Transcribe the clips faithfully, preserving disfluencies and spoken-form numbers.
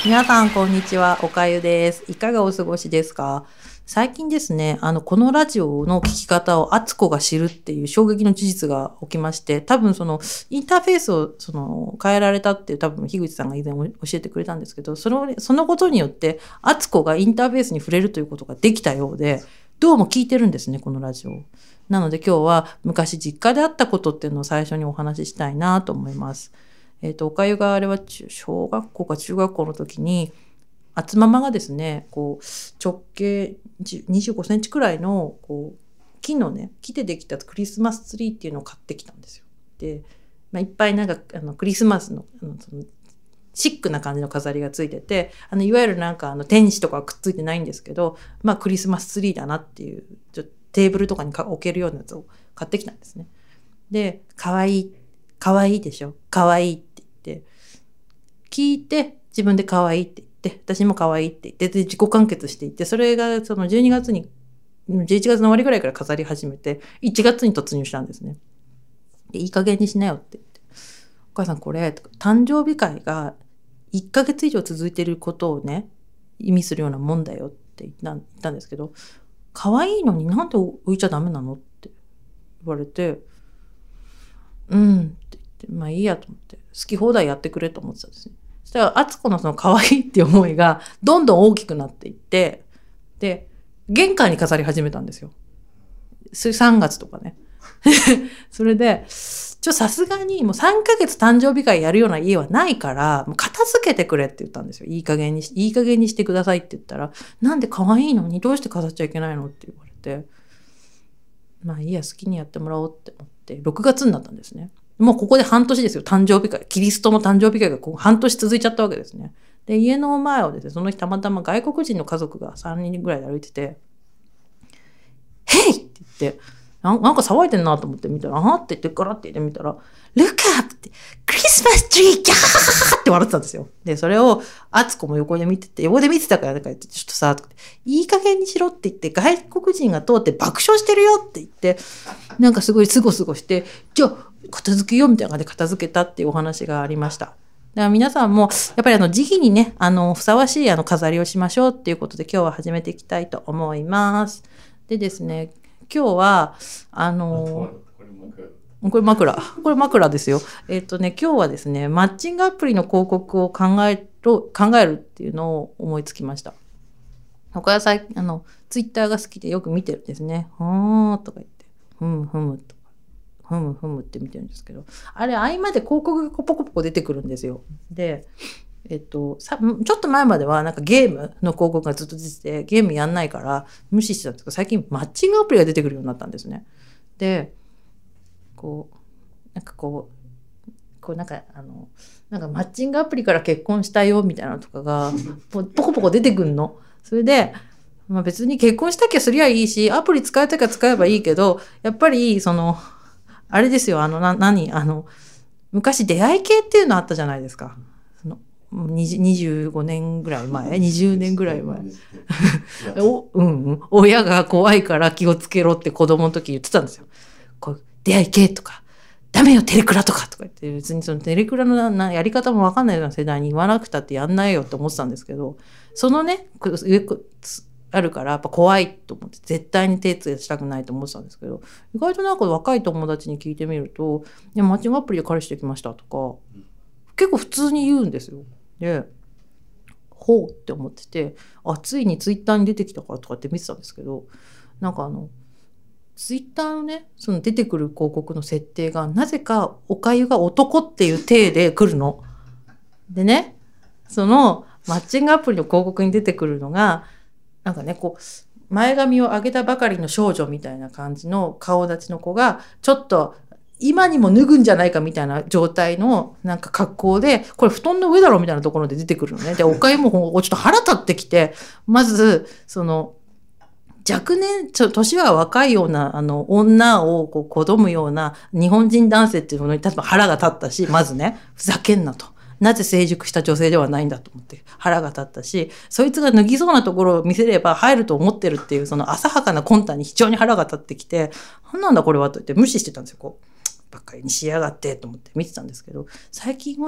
皆さんこんにちは、おかゆです。いかがお過ごしですか？最近ですね、あの、このラジオの聞き方をあつこが知るっていう衝撃の事実が起きまして、多分その、インターフェースをその、変えられたっていう多分、樋口さんが以前教えてくれたんですけど、その、そのことによって、あつこがインターフェースに触れるということができたようで、どうも聞いてるんですね、このラジオ。なので今日は昔実家であったことっていうのを最初にお話ししたいなと思います。えっと、おかゆがあれは小学校か中学校の時に、あつママがですね、こう、直径にじゅうごセンチくらいの、こう、木のね、木でできたクリスマスツリーっていうのを買ってきたんですよ。で、まあ、いっぱいなんか、あの、クリスマスの、あのそのシックな感じの飾りがついてて、あの、いわゆるなんか、あの、天使とかはくっついてないんですけど、まあ、クリスマスツリーだなっていう、ちょっとテーブルとかに置けるようなやつを買ってきたんですね。で、かわいい、かわいいでしょ、かわいいって言って、聞いて、自分でかわいいって言って、で、私も可愛いって言って、で、自己完結していって、それがそのじゅうにがつに、じゅういちがつの終わりぐらいから飾り始めて、いちがつに突入したんですね。で、いい加減にしなよって言って。お母さんこれ、誕生日会がいっかげつ以上続いていることをね、意味するようなもんだよって言った言ったんですけど、可愛いのになんで置いちゃダメなのって言われて、うんって言って、まあいいやと思って、好き放題やってくれと思ってたんですね。そしたら、あつこのその可愛いっていう思いがどんどん大きくなっていって、で、玄関に飾り始めたんですよ。さんがつとかね。それで、ちょ、さすがにもうさんかげつ誕生日会やるような家はないから、もう片付けてくれって言ったんですよ。いい加減にし、いい加減にしてくださいって言ったら、なんで可愛いのにどうして飾っちゃいけないのって言われて、まあいいや、好きにやってもらおうって思って、ろくがつになったんですね。もうここで半年ですよ、誕生日会。キリストの誕生日会がこう半年続いちゃったわけですね。で、家の前をですね、その日たまたま外国人の家族がさんにんぐらいで歩いてて、ヘイって言って、ななんか騒いでんなと思って見たら、あーって言ってガラって言ってみたら、ルカって、クリスマスツリーギャーって笑ってたんですよ。で、それを、あつこも横で見てて、横で見てたから、なんか言って、ちょっとさ、いい加減にしろって言って、外国人が通って爆笑してるよって言って、なんかすごいすごすごして、じゃあ、片付けようみたいな感じで片付けたっていうお話がありました。だから皆さんも、やっぱりあの、時期にね、あの、ふさわしいあの、飾りをしましょうっていうことで、今日は始めていきたいと思います。でですね、今日は、あの、これ枕。これ枕ですよ。えっとね、今日はですね、マッチングアプリの広告を考えろ、考えるっていうのを思いつきました。他は最近、あの、ツイッターが好きでよく見てるんですね。ほーとか言って、ふむふむとか、ふむふむって見てるんですけど、あれ、合間で広告がポコポコ出てくるんですよ。で、えっと、さ、ちょっと前まではなんかゲームの広告がずっと出てて、ゲームやんないから無視してたんですけど、最近マッチングアプリが出てくるようになったんですね。で、こう、なんかこう、こうなんかあの、なんかマッチングアプリから結婚したよみたいなのとかが、ポコポコ出てくるの。それで、まあ別に結婚したきゃすりゃいいし、アプリ使えたきゃ使えばいいけど、やっぱりその、あれですよ、あの、な、何あの、昔出会い系っていうのあったじゃないですか。そのにじゅうごねんぐらい前、にじゅうねんぐらい前。お、うん、うん。親が怖いから気をつけろって子供の時言ってたんですよ。こう出会い系とか、ダメよテレクラとかとか言って、別にそのテレクラのなやり方もわかんないような世代に言わなくたってやんないよって思ってたんですけど、そのね、上あるからやっぱ怖いと思って絶対に手つけしたくないと思ってたんですけど、意外となんか若い友達に聞いてみると、いやマッチングアプリで彼氏できましたとか、結構普通に言うんですよ。で、ほうって思ってて、あ、ついにツイッターに出てきたかとかって見てたんですけど、なんかあのツイッターのね、その出てくる広告の設定がなぜかおかゆが男っていう体で来るの。でね、そのマッチングアプリの広告に出てくるのが、なんかね、こう前髪を上げたばかりの少女みたいな感じの顔立ちの子がちょっと今にも脱ぐんじゃないかみたいな状態のなんか格好で、これ布団の上だろみたいなところで出てくるのね。で、おかゆもちょっと腹立ってきて、まず、その、若年、ちょ、年は若いような、あの、女をこう、好むような日本人男性っていうものに、例えば腹が立ったし、まずね、ふざけんなと。なぜ成熟した女性ではないんだと思って腹が立ったし、そいつが脱ぎそうなところを見せれば入ると思ってるっていう、その浅はかな魂胆に非常に腹が立ってきて、なんなんだこれはと言って無視してたんですよ、こう。ばっかりにしやがってと思って見てたんですけど、最近は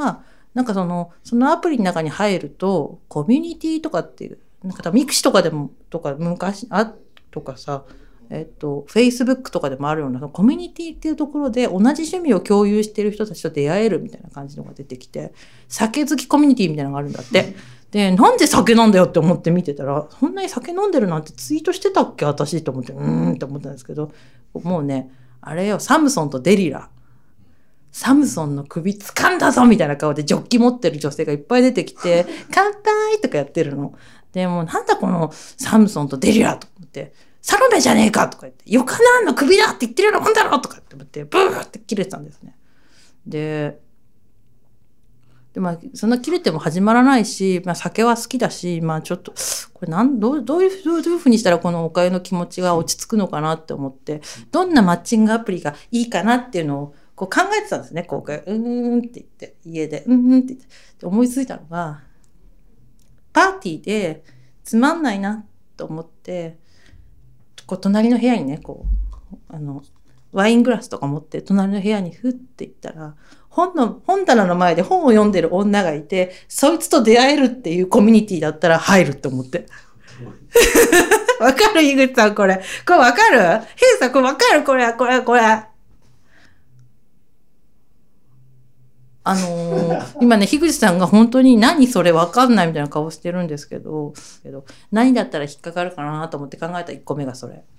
なんかそのそのアプリの中に入るとコミュニティとかっていうなんかミクシとかでもとか昔あとかさえっと、Facebook とかでもあるようなコミュニティっていうところで同じ趣味を共有している人たちと出会えるみたいな感じのが出てきて、酒好きコミュニティみたいなのがあるんだって。で、なんで酒なんだよって思って見てたら、そんなに酒飲んでるなんてツイートしてたっけ私と思って、うーんって思ったんですけど、もうね、あれよ、サムソンとデリラ。サムソンの首掴んだぞみたいな顔でジョッキ持ってる女性がいっぱい出てきて、乾杯とかやってるの。で、もうなんだこのサムソンとデリラと思って、サロメじゃねえかとか言って、よかなんの首だって言ってるようなもんだろとかって思って、ブーって切れてたんですね。で、でまあ、そんな切れても始まらないし、まあ酒は好きだし、まあちょっと、これなんどう、どういう、どういうふうにしたらこのおかゆの気持ちが落ち着くのかなって思って、どんなマッチングアプリがいいかなっていうのをこう考えてたんですね、こう、うーんって言って、家で、うーんって言って、で思いついたのが、パーティーでつまんないなと思って、こう隣の部屋にねこうあのワイングラスとか持って隣の部屋にふって行ったら本の本棚の前で本を読んでる女がいてそいつと出会えるっていうコミュニティだったら入るって思ってわかる井口さんこれこれわかるヒデさんこれわかるこれこれこれあのー、今ね、樋口さんが本当に何それ分かんないみたいな顔してるんですけど、けど何だったら引っかかるかなと思って考えたいっこめがそれ。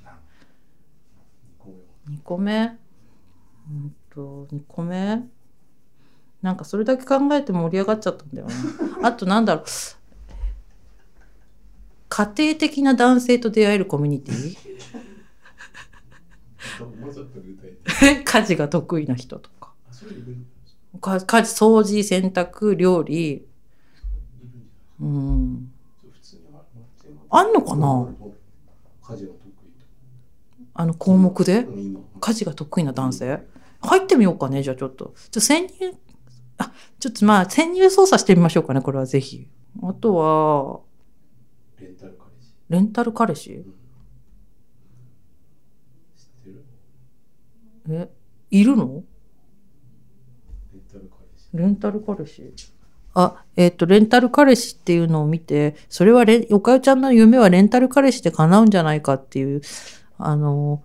にこめうんと、にこめなんかそれだけ考えて盛り上がっちゃったんだよね。あとなんだろう。家庭的な男性と出会えるコミュニティ家事が得意な人とか。家事、掃除、洗濯、料理。うん。あんのかなあの項目で家事が得意な男性入ってみようかねじゃあちょっと。ちょ潜入、あ、ちょっとまあ潜入操作してみましょうかねこれはぜひ。あとは、 レンタル彼氏。 レンタル彼氏、うん、 知ってる？ え、いるの？ レンタル彼氏。 レンタル彼氏。あ、えっと、レンタル彼氏っていうのを見て、それはレおかゆちゃんの夢はレンタル彼氏で叶うんじゃないかっていう、あの、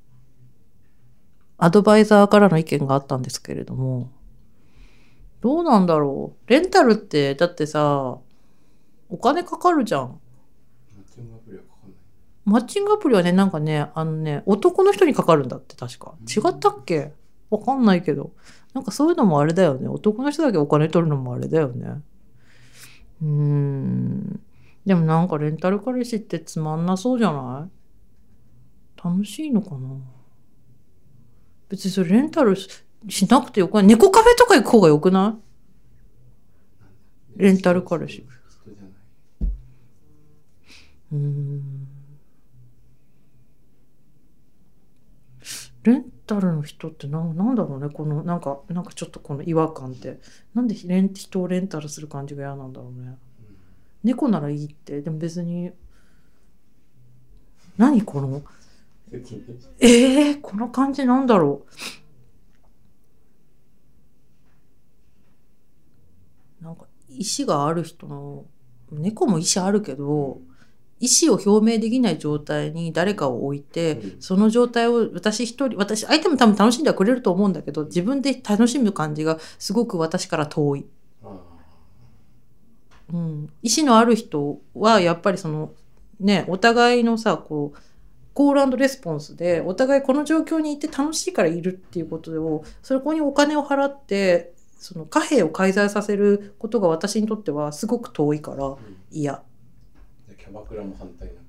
アドバイザーからの意見があったんですけれども、どうなんだろう。レンタルって、だってさ、お金かかるじゃん。 マッチングアプリはかかんない。 マッチングアプリはね、なんかね、あのね、男の人にかかるんだって確か。違ったっけ？わかんないけど。なんかそういうのもあれだよね。男の人だけお金取るのもあれだよね。うーん。でもなんかレンタル彼氏ってつまんなそうじゃない？楽しいのかな？別にそれレンタル し, しなくてよくない？猫カフェとか行く方がよくない？レンタル彼氏。うーん。レンタルの人ってな、なんだろうね、このなんかなんかちょっとこの違和感って、なんでレン人をレンタルする感じが嫌なんだろうね。うん、猫ならいいって、でも別に何このえー、この感じなんだろう。なんか意思がある人の、猫も意思あるけど。意思を表明できない状態に誰かを置いて、うん、その状態を私一人、私、相手も多分楽しんではくれると思うんだけど、自分で楽しむ感じがすごく私から遠い。うん、意思のある人はやっぱりその、ね、お互いのさ、こう、コール&レスポンスで、お互いこの状況にいて楽しいからいるっていうことを、そこにお金を払って、その貨幣を介在させることが私にとってはすごく遠いから嫌。うんキャバクラも反対な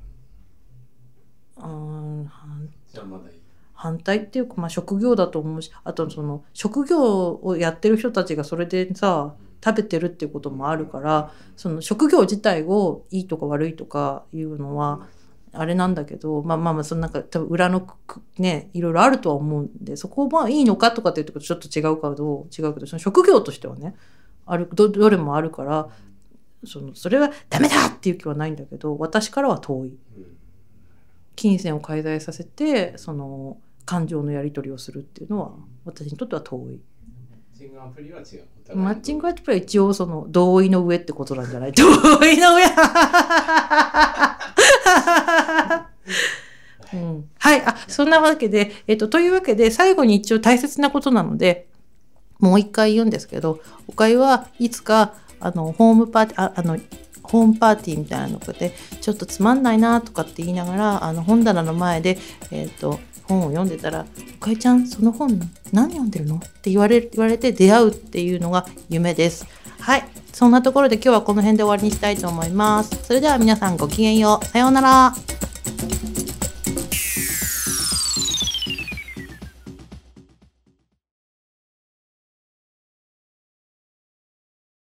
の？ じゃあまだいい。 反対っていうか、まあ、職業だと思うし、あとその職業をやってる人たちがそれでさ、うん、食べてるっていうこともあるから、うん、その職業自体をいいとか悪いとかいうのはあれなんだけど、うん、まあまあまあそのなんか多分裏のねいろいろあるとは思うんで、そこまあいいのかとかっていうとちょっと違うかどう違うけど、その職業としてはねある ど, どれもあるから。そのそれはダメだっていう気はないんだけど、私からは遠い。金銭を介在させてその感情のやり取りをするっていうのは私にとっては遠い。 実チングアプリは違う。お互いマッチングアプリは一応その同意の上ってことなんじゃない？同意の上うん、はい。あ、そんなわけで、えっと、というわけで、最後に一応大切なことなので、もう一回言うんですけど、おかゆはいつか、あの、ホームパーティー、あ、あの、ホームパーティーみたいなので、ちょっとつまんないなとかって言いながら、あの、本棚の前で、えっと、本を読んでたら、おかゆちゃん、その本何読んでるのって言われ、言われて出会うっていうのが夢です。はい。そんなところで今日はこの辺で終わりにしたいと思います。それでは皆さんごきげんよう。さようなら。